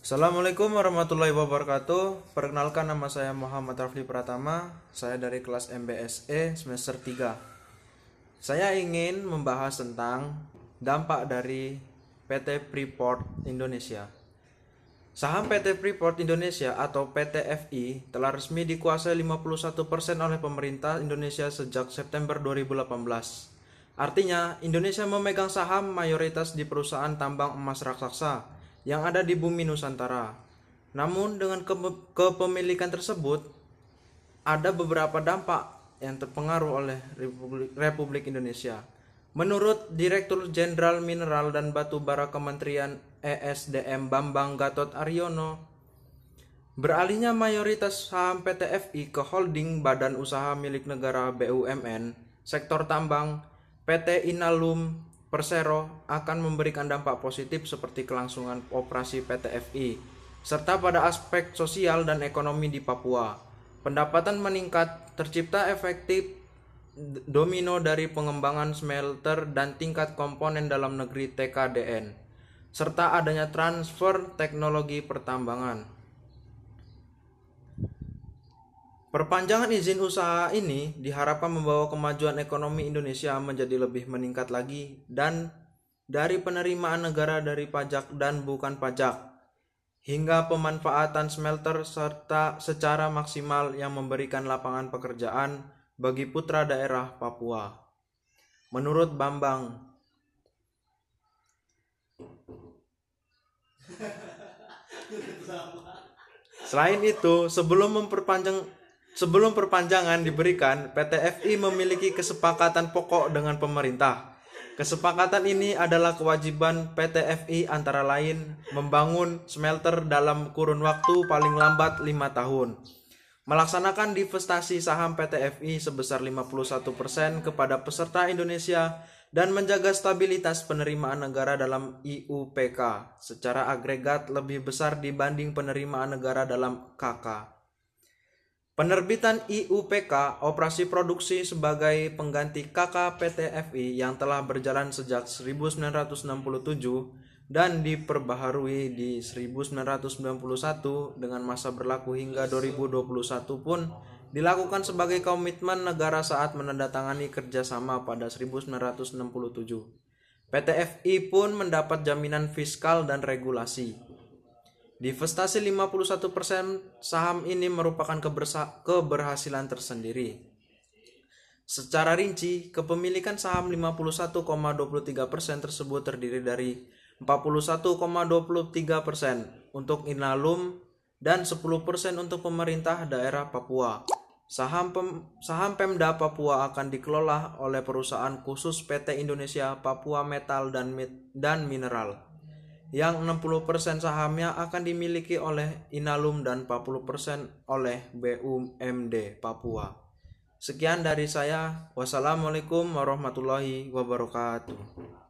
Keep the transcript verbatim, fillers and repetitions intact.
Assalamualaikum warahmatullahi wabarakatuh. Perkenalkan, nama saya Muhammad Rafli Pratama. Saya dari kelas M B S E semester tiga. Saya ingin membahas tentang dampak dari P T Freeport Indonesia. Saham P T Freeport Indonesia atau P T F I telah resmi dikuasai lima puluh satu persen oleh pemerintah Indonesia sejak September dua ribu delapan belas. Artinya, Indonesia memegang saham mayoritas di perusahaan tambang emas raksasa yang ada di bumi Nusantara. Namun dengan ke- kepemilikan tersebut ada beberapa dampak yang terpengaruh oleh Republik, Republik Indonesia. Menurut Direktur Jenderal Mineral dan Batu Bara Kementerian E S D M Bambang Gatot Aryono, beralihnya mayoritas saham P T F I ke holding Badan Usaha Milik Negara B U M N, sektor tambang, P T Inalum Persero akan memberikan dampak positif seperti kelangsungan operasi P T F I, serta pada aspek sosial dan ekonomi di Papua. Pendapatan meningkat, tercipta efektif domino dari pengembangan smelter dan tingkat komponen dalam negeri T K D N, serta adanya transfer teknologi pertambangan. Perpanjangan izin usaha ini diharapkan membawa kemajuan ekonomi Indonesia menjadi lebih meningkat lagi dan dari penerimaan negara dari pajak dan bukan pajak hingga pemanfaatan smelter serta secara maksimal yang memberikan lapangan pekerjaan bagi putra daerah Papua. Menurut Bambang, selain itu, sebelum memperpanjang Sebelum perpanjangan diberikan, P T F I memiliki kesepakatan pokok dengan pemerintah. Kesepakatan ini adalah kewajiban P T F I antara lain membangun smelter dalam kurun waktu paling lambat lima tahun, melaksanakan divestasi saham P T F I sebesar lima puluh satu persen kepada peserta Indonesia, dan menjaga stabilitas penerimaan negara dalam I U P K secara agregat lebih besar dibanding penerimaan negara dalam K K. Penerbitan I U P K operasi produksi sebagai pengganti K K P T F I yang telah berjalan sejak seribu sembilan ratus enam puluh tujuh dan diperbaharui di seribu sembilan ratus sembilan puluh satu dengan masa berlaku hingga dua ribu dua puluh satu pun dilakukan sebagai komitmen negara saat menandatangani kerjasama pada seribu sembilan ratus enam puluh tujuh. P T F I pun mendapat jaminan fiskal dan regulasi. Divestasi lima puluh satu persen saham ini merupakan keberhasilan tersendiri. Secara rinci, kepemilikan saham lima puluh satu koma dua puluh tiga persen tersebut terdiri dari empat puluh satu koma dua puluh tiga persen untuk Inalum dan sepuluh persen untuk pemerintah daerah Papua. Saham pem, saham Pemda Papua akan dikelola oleh perusahaan khusus P T Indonesia Papua Metal dan dan Mineral, yang enam puluh persen sahamnya akan dimiliki oleh Inalum dan empat puluh persen oleh B U M D Papua. Sekian dari saya. Wassalamualaikum warahmatullahi wabarakatuh.